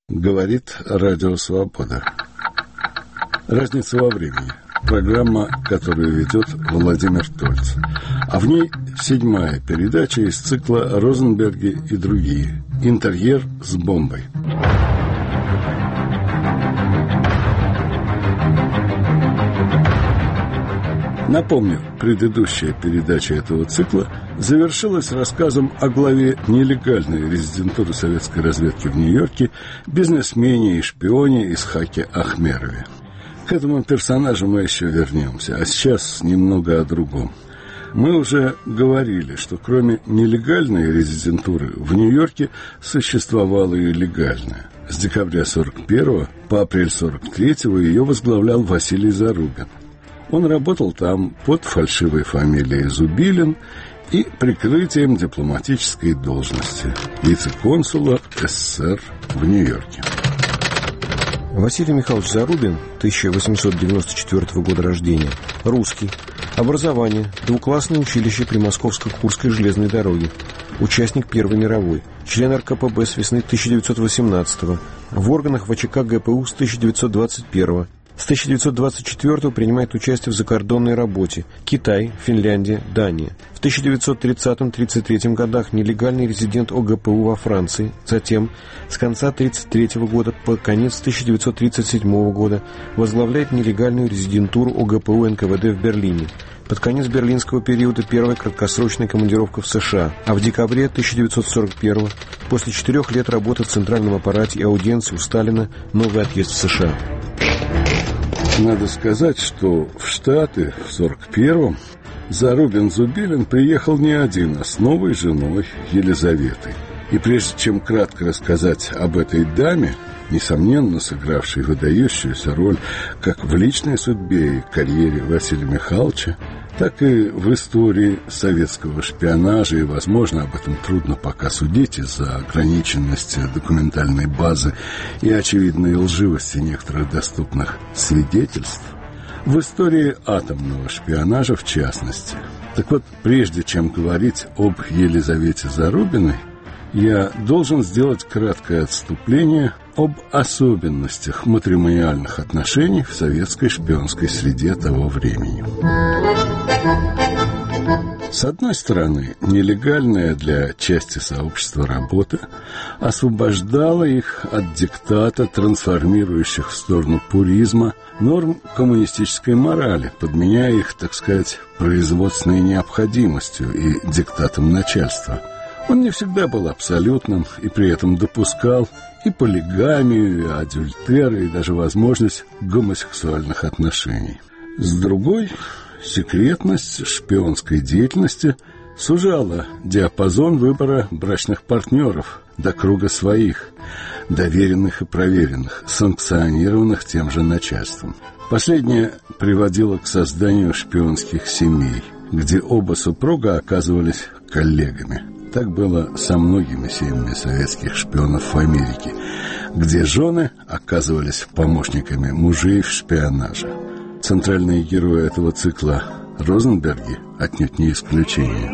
Говорит Радио Свобода. Разница во времени. Программа, которую ведет Владимир Тольц. А в ней 7-я передача из цикла «Розенберги и другие. Интерьер с бомбой». Напомню, предыдущая передача этого цикла завершилась рассказом о главе нелегальной резидентуры советской разведки в Нью-Йорке, бизнесмене и шпионе Исхаке Ахмерове. К этому персонажу мы еще вернемся, а сейчас немного о другом. Мы уже говорили, что кроме нелегальной резидентуры в Нью-Йорке существовала и легальная. С декабря 1941 по апрель 1943 ее возглавлял Василий Зарубин. Он работал там под фальшивой фамилией Зубилин и прикрытием дипломатической должности вице-консула СССР в Нью-Йорке. Василий Михайлович Зарубин, 1894 года рождения, русский. Образование, двуклассное училище при Московско-Курской железной дороге. Участник Первой мировой. Член РКПБ с весны 1918-го. В органах ВЧК ГПУ с 1921-го. С 1924-го принимает участие в закордонной работе. Китай, Финляндия, Дания. В 1930-33 годах нелегальный резидент ОГПУ во Франции. Затем, с конца 1933 года по конец 1937 года, возглавляет нелегальную резидентуру ОГПУ НКВД в Берлине. Под конец берлинского периода первая краткосрочная командировка в США, а в декабре 1941 после 4 лет работы в центральном аппарате и аудиенции у Сталина новый отъезд в США. Надо сказать, что в Штаты в 1941-м Зарубин-Зубилин приехал не один, а с новой женой Елизаветой. И прежде чем кратко рассказать об этой даме, несомненно сыгравшей выдающуюся роль как в личной судьбе и карьере Василия Михайловича, так и в истории советского шпионажа, и, возможно, об этом трудно пока судить из-за ограниченности документальной базы и очевидной лживости некоторых доступных свидетельств, в истории атомного шпионажа в частности. Так вот, прежде чем говорить об Елизавете Зарубиной, я должен сделать краткое отступление об особенностях матримониальных отношений в советской шпионской среде того времени. С одной стороны, нелегальная для части сообщества работа освобождала их от диктата, трансформирующих в сторону пуризма, норм коммунистической морали, подменяя их, так сказать, производственной необходимостью и диктатом начальства. Он не всегда был абсолютным и при этом допускал и полигамию, и адюльтеры, и даже возможность гомосексуальных отношений. С другой, секретность шпионской деятельности сужала диапазон выбора брачных партнеров до круга своих, доверенных и проверенных, санкционированных тем же начальством. Последнее приводило к созданию шпионских семей, где оба супруга оказывались коллегами. Так было со многими семьями советских шпионов в Америке, где жены оказывались помощниками мужей в шпионаже. Центральные герои этого цикла Розенберги отнюдь не исключение.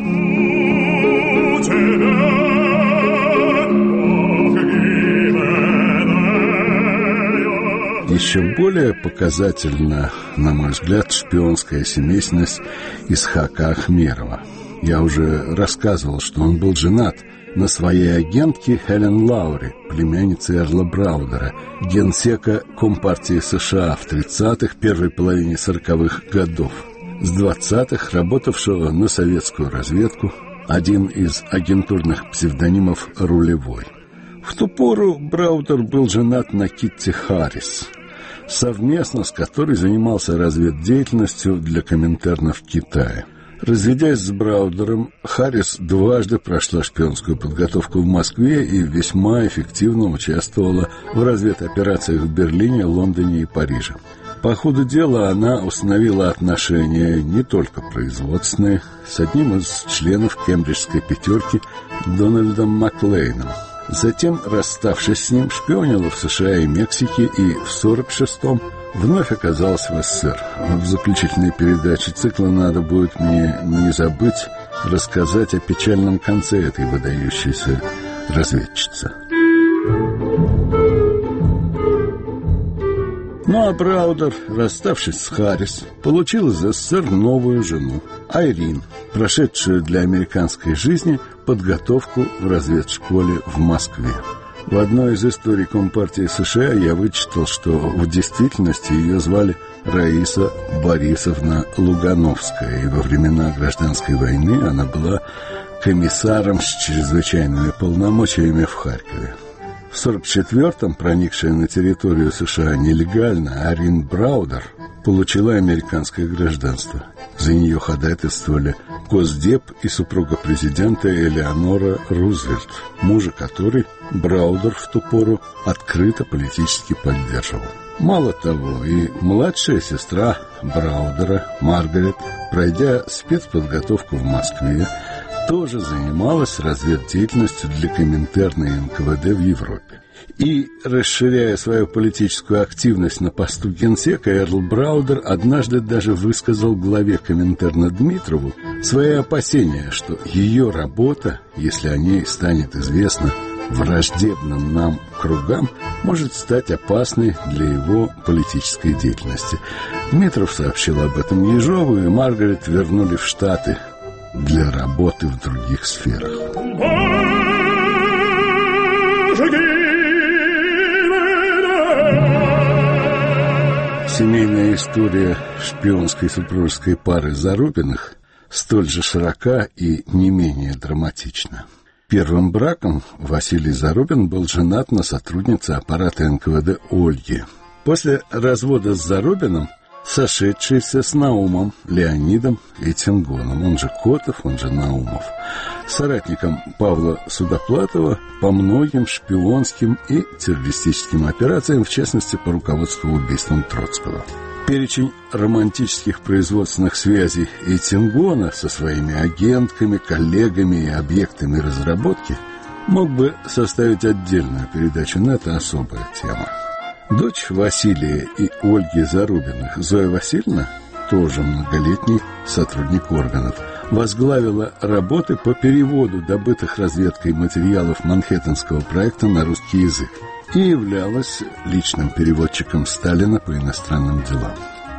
Еще более показательна, на мой взгляд, шпионская семейственность Исхака Ахмерова. Я уже рассказывал, что он был женат на своей агентке Хелен Лаури, племяннице Эрла Браудера, генсека Компартии США в 30-х, первой половине 40-х годов, с 20-х работавшего на советскую разведку, один из агентурных псевдонимов «Рулевой». В ту пору Браудер был женат на Китти Харрис, совместно с которой занимался разведдеятельностью для Коминтерна в Китае. Разведясь с Браудером, Харрис дважды прошла шпионскую подготовку в Москве и весьма эффективно участвовала в разведоперациях в Берлине, Лондоне и Париже. По ходу дела она установила отношения не только производственные с одним из членов кембриджской пятерки Дональдом Маклейном. Затем, расставшись с ним, шпионила в США и Мексике и в 1946-м вновь оказалась в СССР. В заключительной передаче цикла надо будет мне не забыть рассказать о печальном конце этой выдающейся разведчицы. Ну а Браудер, расставшись с Харрис, получил из СССР новую жену, Айрин, прошедшую для американской жизни подготовку в разведшколе в Москве. В одной из историй Компартии США я вычитал, что в действительности ее звали Раиса Борисовна Лугановская, и во времена Гражданской войны она была комиссаром с чрезвычайными полномочиями в Харькове. В 1944-м, проникшая на территорию США нелегально, Айрин Браудер получила американское гражданство. За нее ходатайствовали Госдеп и супруга президента Элеонора Рузвельт, мужа которой Браудер в ту пору открыто политически поддерживал. Мало того, и младшая сестра Браудера, Маргарет, пройдя спецподготовку в Москве, тоже занималась разведдеятельностью для Коминтерна и НКВД в Европе. И, расширяя свою политическую активность на посту генсека, Эрл Браудер однажды даже высказал главе Коминтерна Дмитрову свои опасения, что ее работа, если о ней станет известно враждебным нам кругам, может стать опасной для его политической деятельности. Дмитров сообщил об этом Ежову, и Маргарет вернули в Штаты для работы в других сферах. Семейная история шпионской супружеской пары Зарубиных столь же широка и не менее драматична. Первым браком Василий Зарубин был женат на сотруднице аппарата НКВД Ольге. После развода с Зарубиным сошедшийся с Наумом Леонидом Этингоном, он же Котов, он же Наумов, соратником Павла Судоплатова по многим шпионским и террористическим операциям, в частности, по руководству убийством Троцкого. Перечень романтических производственных связей Этингона со своими агентками, коллегами и объектами разработки мог бы составить отдельную передачу, но это особая тема. Дочь Василия и Ольги Зарубиных, Зоя Васильевна, тоже многолетний сотрудник органов, возглавила работы по переводу добытых разведкой материалов Манхэттенского проекта на русский язык и являлась личным переводчиком Сталина по иностранным делам.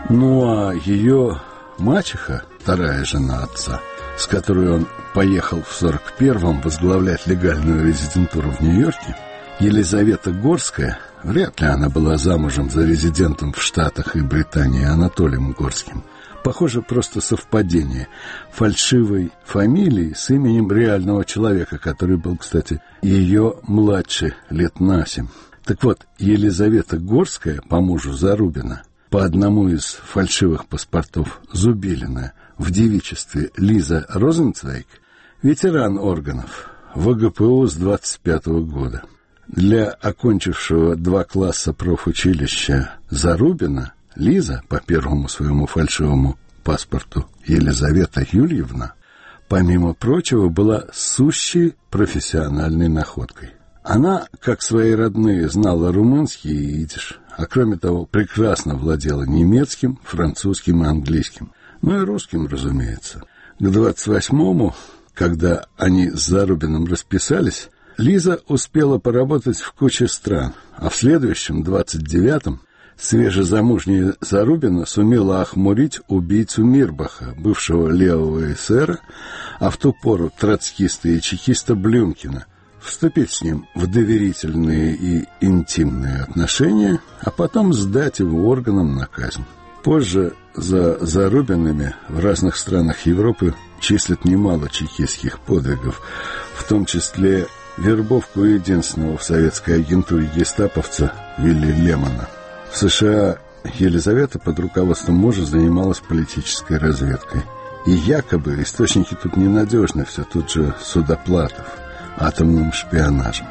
Ну а ее мачеха, вторая жена отца, с которой он поехал в 1941-м возглавлять легальную резидентуру в Нью-Йорке, Елизавета Горская, вряд ли она была замужем за резидентом в Штатах и Британии Анатолием Горским. Похоже, просто совпадение фальшивой фамилии с именем реального человека, который был, кстати, ее младше лет на 7. Так вот, Елизавета Горская, по мужу Зарубина, по одному из фальшивых паспортов Зубилина, в девичестве Лиза Розенцвейг, ветеран органов ВГПУ с 25-го года. Для окончившего 2 класса профучилища Зарубина Лиза, по первому своему фальшивому паспорту Елизавета Юльевна, помимо прочего, была сущей профессиональной находкой. Она, как свои родные, знала румынский и идиш, а кроме того, прекрасно владела немецким, французским и английским, ну и русским, разумеется. К 28-му, когда они с Зарубиным расписались, Лиза успела поработать в куче стран, а в следующем, 29-м, свежезамужняя Зарубина сумела охмурить убийцу Мирбаха, бывшего левого эсера, а в ту пору троцкиста и чекиста Блюмкина, вступить с ним в доверительные и интимные отношения, а потом сдать его органам на казнь. Позже за Зарубинами в разных странах Европы числят немало чекистских подвигов, в том числе вербовку единственного в советской агентуре гестаповца Вилли Лемона. В США Елизавета под руководством мужа занималась политической разведкой. И якобы источники тут ненадежны, все тут же Судоплатов, атомным шпионажем.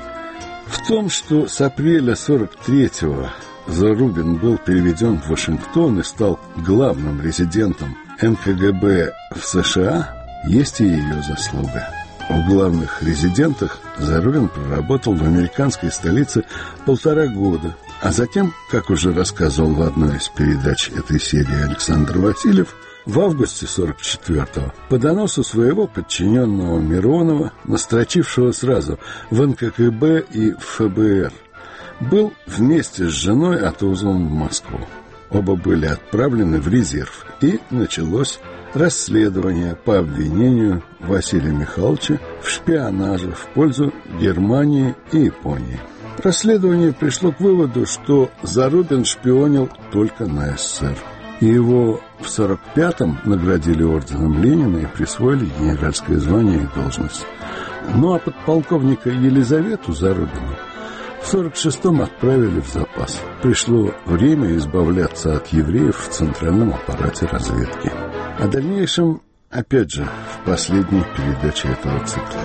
В том, что с апреля 43-го Зарубин был переведен в Вашингтон и стал главным резидентом НКГБ в США, есть и ее заслуга. В главных резидентах Зарубин проработал в американской столице 1,5 года, а затем, как уже рассказывал в одной из передач этой серии Александр Васильев, в августе 44-го по доносу своего подчиненного Миронова, настрочившего сразу в НКГБ и в ФБР, был вместе с женой отозван в Москву. Оба были отправлены в резерв, и началось расследование по обвинению Василия Михайловича в шпионаже в пользу Германии и Японии. Расследование пришло к выводу, что Зарубин шпионил только на СССР. И его в 1945-м наградили орденом Ленина и присвоили генеральское звание и должность. Ну а подполковника Елизавету Зарубину в 1946-м отправили в запас. Пришло время избавляться от евреев в центральном аппарате разведки. О дальнейшем, опять же, в последней передаче этого цикла.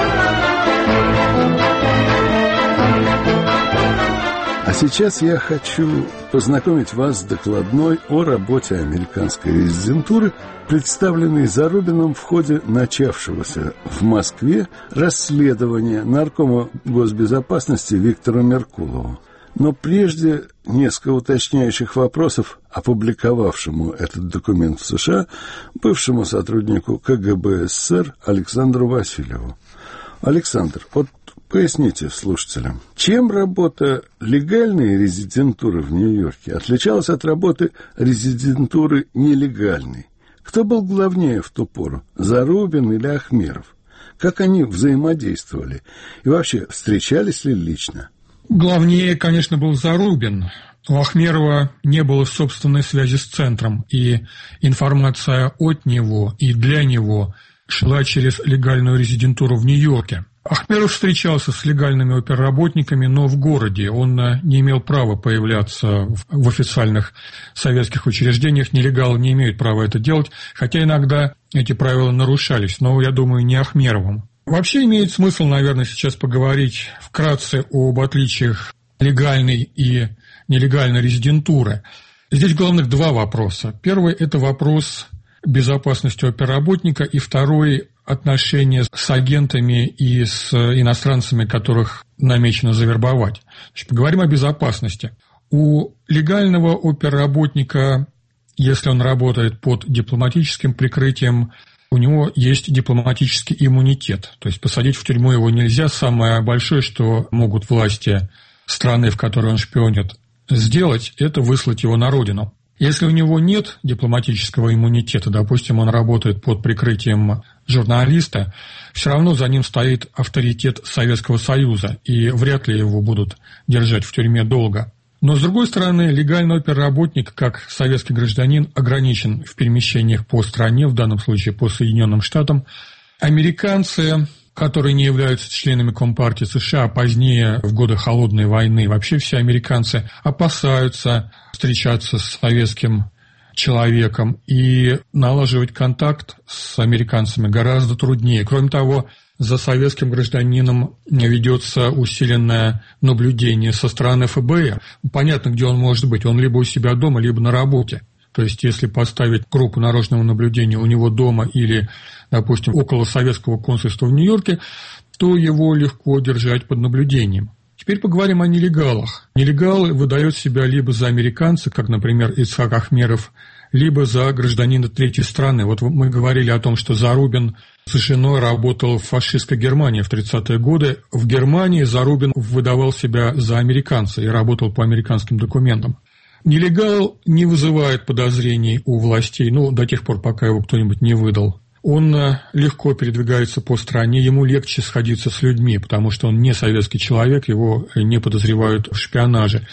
А сейчас я хочу познакомить вас с докладной о работе американской резидентуры, представленной Зарубиным в ходе начавшегося в Москве расследования наркома госбезопасности Виктора Меркулова. Но прежде несколько уточняющих вопросов опубликовавшему этот документ в США бывшему сотруднику КГБ СССР Александру Васильеву. Александр, вот поясните слушателям, чем работа легальной резидентуры в Нью-Йорке отличалась от работы резидентуры нелегальной? Кто был главнее в ту пору, Зарубин или Ахмеров? Как они взаимодействовали? И вообще, встречались ли лично? Главнее, конечно, был Зарубин. У Ахмерова не было собственной связи с центром, и информация от него и для него шла через легальную резидентуру в Нью-Йорке. Ахмеров встречался с легальными оперработниками, но в городе. Он не имел права появляться в официальных советских учреждениях. Нелегалы не имеют права это делать, хотя иногда эти правила нарушались, но, я думаю, не Ахмеровым. Вообще имеет смысл, наверное, сейчас поговорить вкратце об отличиях легальной и нелегальной резидентуры. Здесь главных два вопроса. Первый – это вопрос безопасности оперработника, и второй – отношения с агентами и с иностранцами, которых намечено завербовать. Значит, поговорим о безопасности. У легального оперработника, если он работает под дипломатическим прикрытием, у него есть дипломатический иммунитет. То есть посадить в тюрьму его нельзя. Самое большое, что могут власти страны, в которой он шпионит, сделать, это выслать его на родину. Если у него нет дипломатического иммунитета, допустим, он работает под прикрытием журналиста, все равно за ним стоит авторитет Советского Союза, и вряд ли его будут держать в тюрьме долго. Но, с другой стороны, легальный оперработник, как советский гражданин, ограничен в перемещениях по стране, в данном случае по Соединенным Штатам. Американцы, которые не являются членами Компартии США, а позднее, в годы Холодной войны, вообще все американцы опасаются встречаться с советским человеком, и налаживать контакт с американцами гораздо труднее. Кроме того, за советским гражданином ведется усиленное наблюдение со стороны ФБР. Понятно, где он может быть. Он либо у себя дома, либо на работе. То есть, если поставить группу наружного наблюдения у него дома или, допустим, около советского консульства в Нью-Йорке, то его легко держать под наблюдением. Теперь поговорим о нелегалах. Нелегалы выдают себя либо за американца, как, например, Ицхак Ахмеров, либо за гражданина третьей страны. Вот мы говорили о том, что Зарубин с женой работал в фашистской Германии в 30-е годы. В Германии Зарубин выдавал себя за американца и работал по американским документам. Нелегал не вызывает подозрений у властей, до тех пор, пока его кто-нибудь не выдал. Он легко передвигается по стране, ему легче сходиться с людьми, потому что он не советский человек, его не подозревают в шпионаже.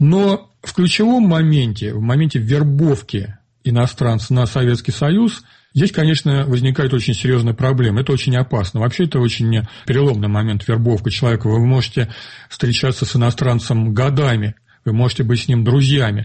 Но в ключевом моменте, в моменте вербовки иностранца на Советский Союз, здесь, конечно, возникает очень серьезная проблема. Это очень опасно. Вообще, это очень переломный момент вербовки человека. Вы можете встречаться с иностранцем годами, вы можете быть с ним друзьями,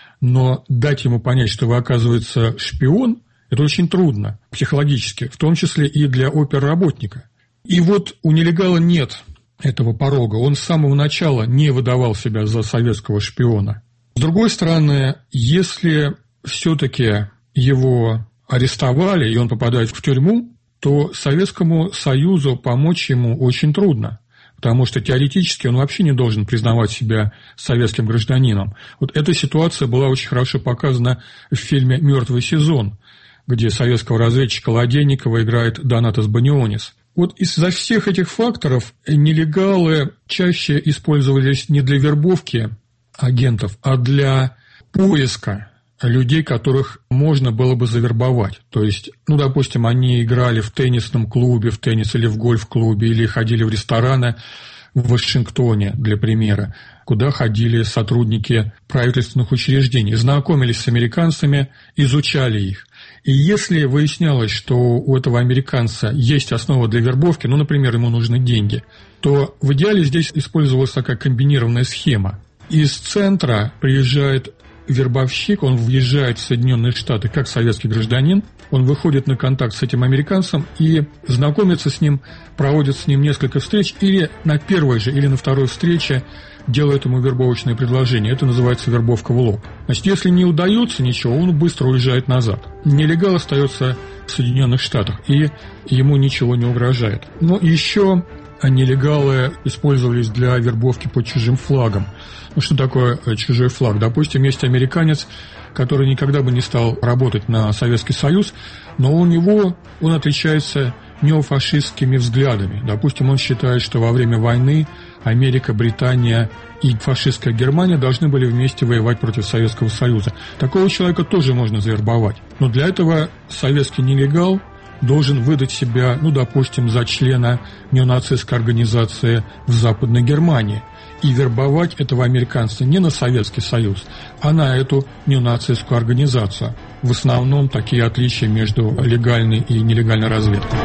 но дать ему понять, что вы, оказывается, шпион, это очень трудно психологически, в том числе и для оперработника. И вот у нелегала нет этого порога. Он с самого начала не выдавал себя за советского шпиона. С другой стороны, если все-таки его арестовали, и он попадает в тюрьму, то Советскому Союзу помочь ему очень трудно, потому что теоретически он вообще не должен признавать себя советским гражданином. Вот эта ситуация была очень хорошо показана в фильме «Мертвый сезон», где советского разведчика Ладенникова играет Донатас Банионис. Вот из-за всех этих факторов нелегалы чаще использовались не для вербовки агентов, а для поиска людей, которых можно было бы завербовать. То есть, допустим, они играли в теннисном клубе, в теннис или в гольф-клубе, или ходили в рестораны в Вашингтоне, для примера, куда ходили сотрудники правительственных учреждений, знакомились с американцами, изучали их. И если выяснялось, что у этого американца есть основа для вербовки, например, ему нужны деньги, то в идеале здесь использовалась такая комбинированная схема. Из центра приезжает вербовщик, он въезжает в Соединенные Штаты как советский гражданин, он выходит на контакт с этим американцем и знакомится с ним, проводит с ним несколько встреч, или на первой же, или на второй встрече делает ему вербовочное предложение. Это называется вербовка в лоб. Значит, если не удается ничего, он быстро уезжает назад. Нелегал остается в Соединенных Штатах, и ему ничего не угрожает. Но еще нелегалы использовались для вербовки под чужим флагом. Что такое чужой флаг? Допустим, есть американец, который никогда бы не стал работать на Советский Союз, но он отличается неофашистскими взглядами. Допустим, он считает, что во время войны Америка, Британия и фашистская Германия должны были вместе воевать против Советского Союза. Такого человека тоже можно завербовать. Но для этого советский нелегал должен выдать себя, допустим, за члена неонацистской организации в Западной Германии и вербовать этого американца не на Советский Союз, а на эту неонацистскую организацию. В основном такие отличия между легальной и нелегальной разведкой.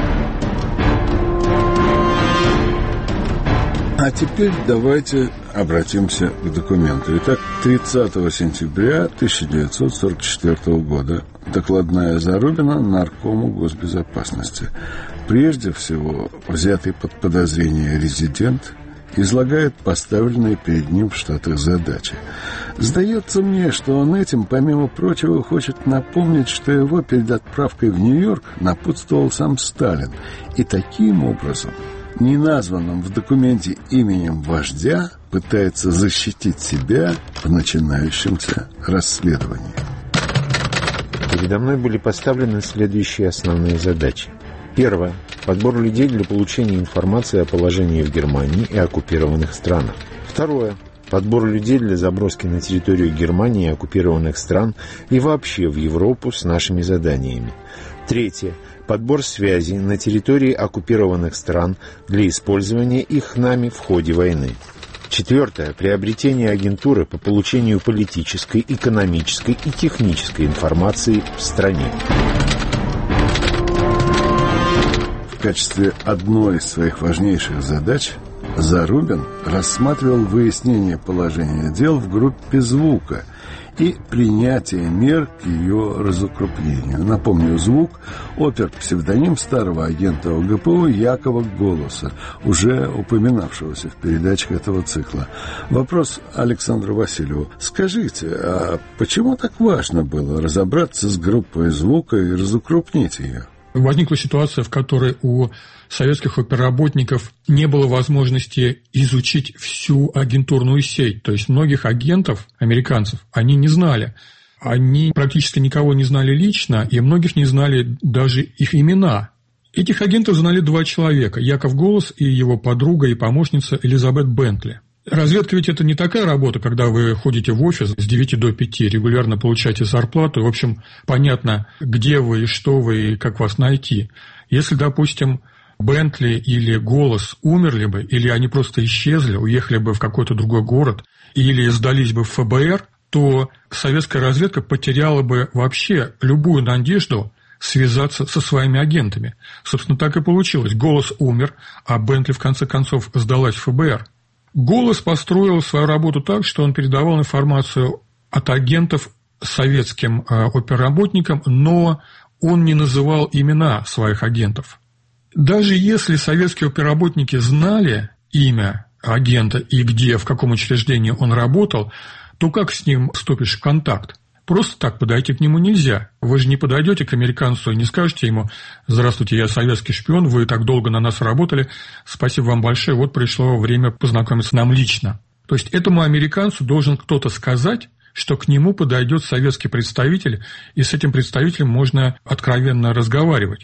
А теперь давайте обратимся к документу. Итак, 30 сентября 1944 года докладная Зарубина наркому госбезопасности. Прежде всего, взятый под подозрение резидент излагает поставленные перед ним в Штатах задачи. Сдается мне, что он этим, помимо прочего, хочет напомнить, что его перед отправкой в Нью-Йорк напутствовал сам Сталин. И таким образом, неназванным в документе именем вождя, пытается защитить себя в начинающемся расследовании. Передо мной были поставлены следующие основные задачи. Первое. Подбор людей для получения информации о положении в Германии и оккупированных странах. Второе. Подбор людей для заброски на территорию Германии и оккупированных стран и вообще в Европу с нашими заданиями. Третье. Подбор связей на территории оккупированных стран для использования их нами в ходе войны. Четвертое. Приобретение агентуры по получению политической, экономической и технической информации в стране. В качестве одной из своих важнейших задач Зарубин рассматривал выяснение положения дел в группе «Звука» и принятие мер к ее разукрупнению. Напомню, «Звук» — опер-псевдоним старого агента ОГПУ Якова Голоса, уже упоминавшегося в передачах этого цикла. Вопрос Александру Васильеву. Скажите, а почему так важно было разобраться с группой «Звука» и разукрупнить ее? Возникла ситуация, в которой у советских оперработников не было возможности изучить всю агентурную сеть. То есть многих агентов, американцев, они не знали. Они практически никого не знали лично, и многих не знали даже их имена. Этих агентов знали два человека – Яков Голос и его подруга и помощница Элизабет Бентли. Разведка ведь это не такая работа, когда вы ходите в офис с 9 до 5, регулярно получаете зарплату, и, в общем, понятно, где вы и что вы, и как вас найти. Если, допустим, Бентли или Голос умерли бы, или они просто исчезли, уехали бы в какой-то другой город, или сдались бы в ФБР, то советская разведка потеряла бы вообще любую надежду связаться со своими агентами. Собственно, так и получилось. Голос умер, а Бентли, в конце концов, сдалась в ФБР. Голос построил свою работу так, что он передавал информацию от агентов советским оперработникам, но он не называл имена своих агентов. Даже если советские оперработники знали имя агента и где, в каком учреждении он работал, то как с ним вступишь в контакт? Просто так подойти к нему нельзя. Вы же не подойдете к американцу и не скажете ему: «Здравствуйте, я советский шпион, вы так долго на нас работали, спасибо вам большое, вот пришло время познакомиться нам лично». То есть этому американцу должен кто-то сказать, что к нему подойдет советский представитель, и с этим представителем можно откровенно разговаривать.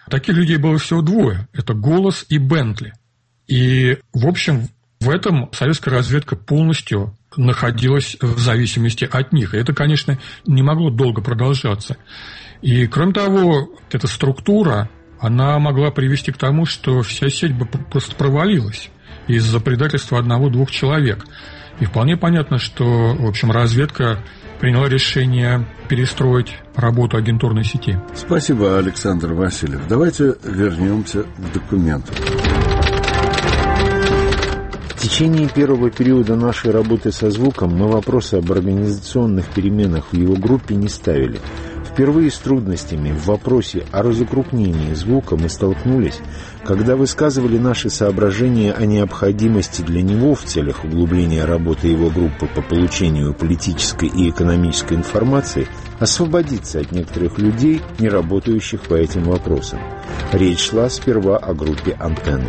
Таких людей было всего двое. Это «Голос» и «Бентли». И, в общем, в этом советская разведка полностью находилась в зависимости от них. И это, конечно, не могло долго продолжаться. И, кроме того, эта структура, она могла привести к тому, что вся сеть бы просто провалилась из-за предательства одного-двух человек. И вполне понятно, что, в общем, разведка приняла решение перестроить работу агентурной сети. Спасибо, Александр Васильев. Давайте вернемся к документу. В течение первого периода нашей работы со звуком мы вопросы об организационных переменах в его группе не ставили. Впервые с трудностями в вопросе о разукрупнении звука мы столкнулись, когда высказывали наши соображения о необходимости для него в целях углубления работы его группы по получению политической и экономической информации освободиться от некоторых людей, не работающих по этим вопросам. Речь шла сперва о группе «Антенна».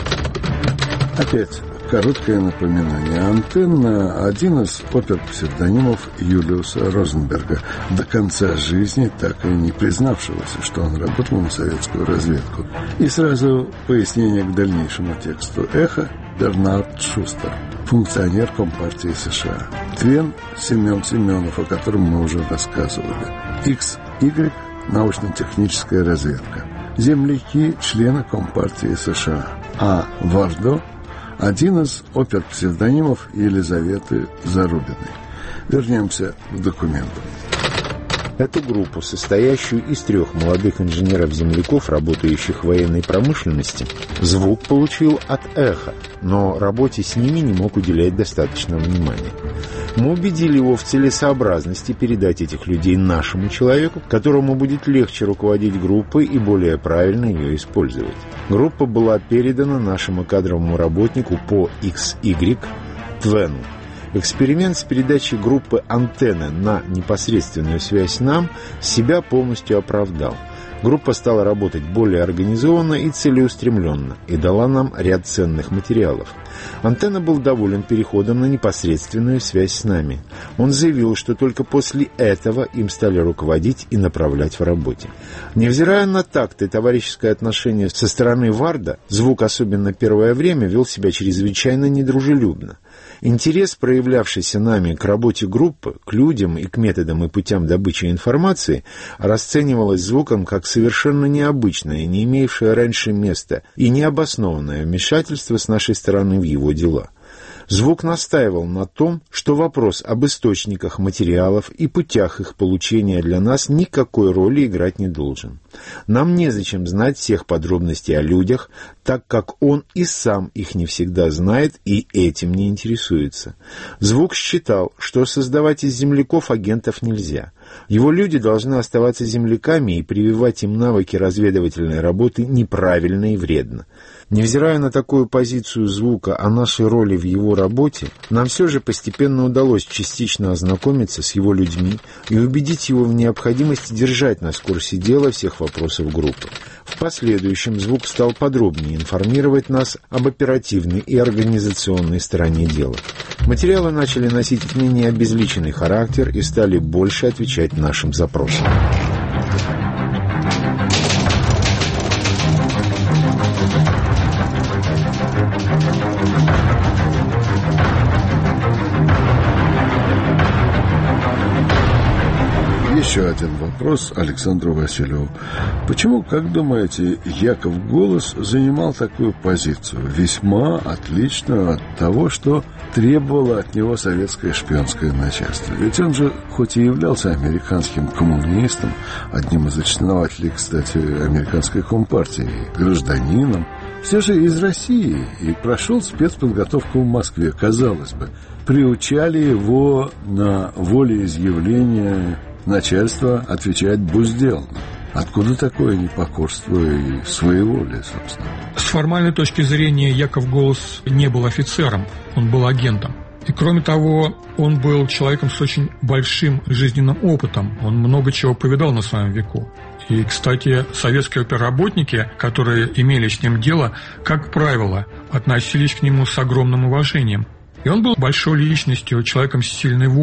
Опять короткое напоминание. «Антенна» — один из опер-псевдонимов Юлиуса Розенберга, до конца жизни так и не признавшегося, что он работал на советскую разведку. И сразу пояснение к дальнейшему тексту. «Эхо» — Бернард Шустер, функционер Компартии США. «Твен» — Семен Семенов, о котором мы уже рассказывали. XY — научно-техническая разведка. Земляки — члены Компартии США. А Вардо — один из опер-псевдонимов Елизаветы Зарубиной. Вернемся к документу. Эту группу, состоящую из 3 молодых инженеров-земляков, работающих в военной промышленности, звук получил от «Эхо», но работе с ними не мог уделять достаточно внимания. Мы убедили его в целесообразности передать этих людей нашему человеку, которому будет легче руководить группой и более правильно ее использовать. Группа была передана нашему кадровому работнику по XY Твену. Эксперимент с передачей группы «Антенны» на непосредственную связь нам себя полностью оправдал. Группа стала работать более организованно и целеустремленно и дала нам ряд ценных материалов. «Антенна» был доволен переходом на непосредственную связь с нами. Он заявил, что только после этого им стали руководить и направлять в работе. Невзирая на такт и товарищеское отношение со стороны Варда, звук, особенно первое время, вел себя чрезвычайно недружелюбно. Интерес, проявлявшийся нами к работе группы, к людям и к методам и путям добычи информации, расценивалось звуком как совершенно необычное, не имевшее раньше места и необоснованное вмешательство с нашей стороны в его дела. Звук настаивал на том, что вопрос об источниках материалов и путях их получения для нас никакой роли играть не должен. Нам незачем знать всех подробностей о людях, так как он и сам их не всегда знает и этим не интересуется. Звук считал, что создавать из земляков агентов нельзя. Его люди должны оставаться земляками и прививать им навыки разведывательной работы неправильно и вредно. Невзирая на такую позицию звука о нашей роли в его работе, нам все же постепенно удалось частично ознакомиться с его людьми и убедить его в необходимости держать на курсе дела всех вопросов группы. В последующем звук стал подробнее информировать нас об оперативной и организационной стороне дела. Материалы начали носить менее обезличенный характер и стали больше отвечать нашим запросам. Еще один вопрос Александру Васильеву. Почему, как думаете, Яков Голос занимал такую позицию, весьма отличную от того, что требовало от него советское шпионское начальство? Ведь он же, хоть и являлся американским коммунистом, одним из основателей, кстати, американской компартии, гражданином, все же из России и прошел спецподготовку в Москве. Казалось бы, приучали его на волеизъявление начальство отвечать «будь-сделано». Откуда такое непокорство и своеволие, собственно? С формальной точки зрения Яков Голос не был офицером, он был агентом. И кроме того, он был человеком с очень большим жизненным опытом, он много чего повидал на своем веку. И, кстати, советские оперработники, которые имели с ним дело, как правило, относились к нему с огромным уважением. И он был большой личностью, человеком с сильной волей.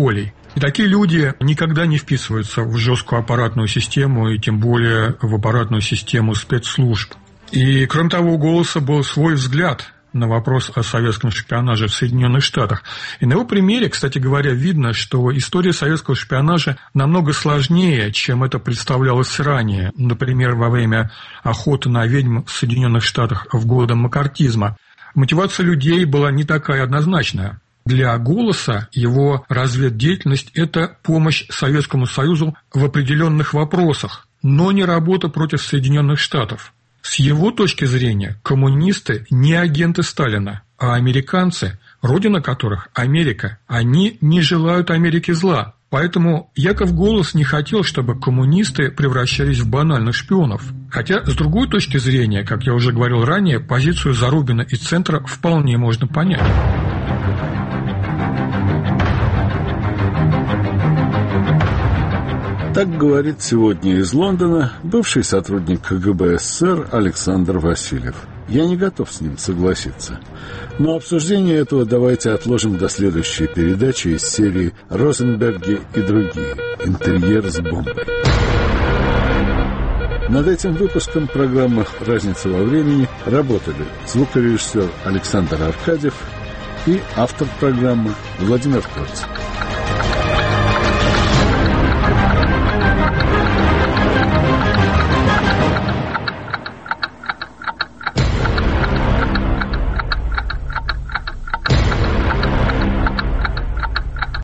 И такие люди никогда не вписываются в жесткую аппаратную систему и тем более в аппаратную систему спецслужб. И, кроме того, у «Голоса» был свой взгляд на вопрос о советском шпионаже в Соединенных Штатах. И на его примере, кстати говоря, видно, что история советского шпионажа намного сложнее, чем это представлялось ранее. Например, во время охоты на ведьм в Соединенных Штатах в годы маккартизма. Мотивация людей была не такая однозначная. Для «Голоса» его разведдеятельность – это помощь Советскому Союзу в определенных вопросах, но не работа против Соединенных Штатов. С его точки зрения, коммунисты не агенты Сталина, а американцы, родина которых – Америка. Они не желают Америке зла. Поэтому Яков Голос не хотел, чтобы коммунисты превращались в банальных шпионов. Хотя, с другой точки зрения, как я уже говорил ранее, позицию Зарубина и Центра вполне можно понять. Так говорит сегодня из Лондона бывший сотрудник КГБ СССР Александр Васильев. Я не готов с ним согласиться. Но обсуждение этого давайте отложим до следующей передачи из серии «Розенберги и другие. Интерьер с бомбой». Над этим выпуском программы «Разница во времени» работали звукорежиссер Александр Аркадьев и автор программы Владимир Корцик.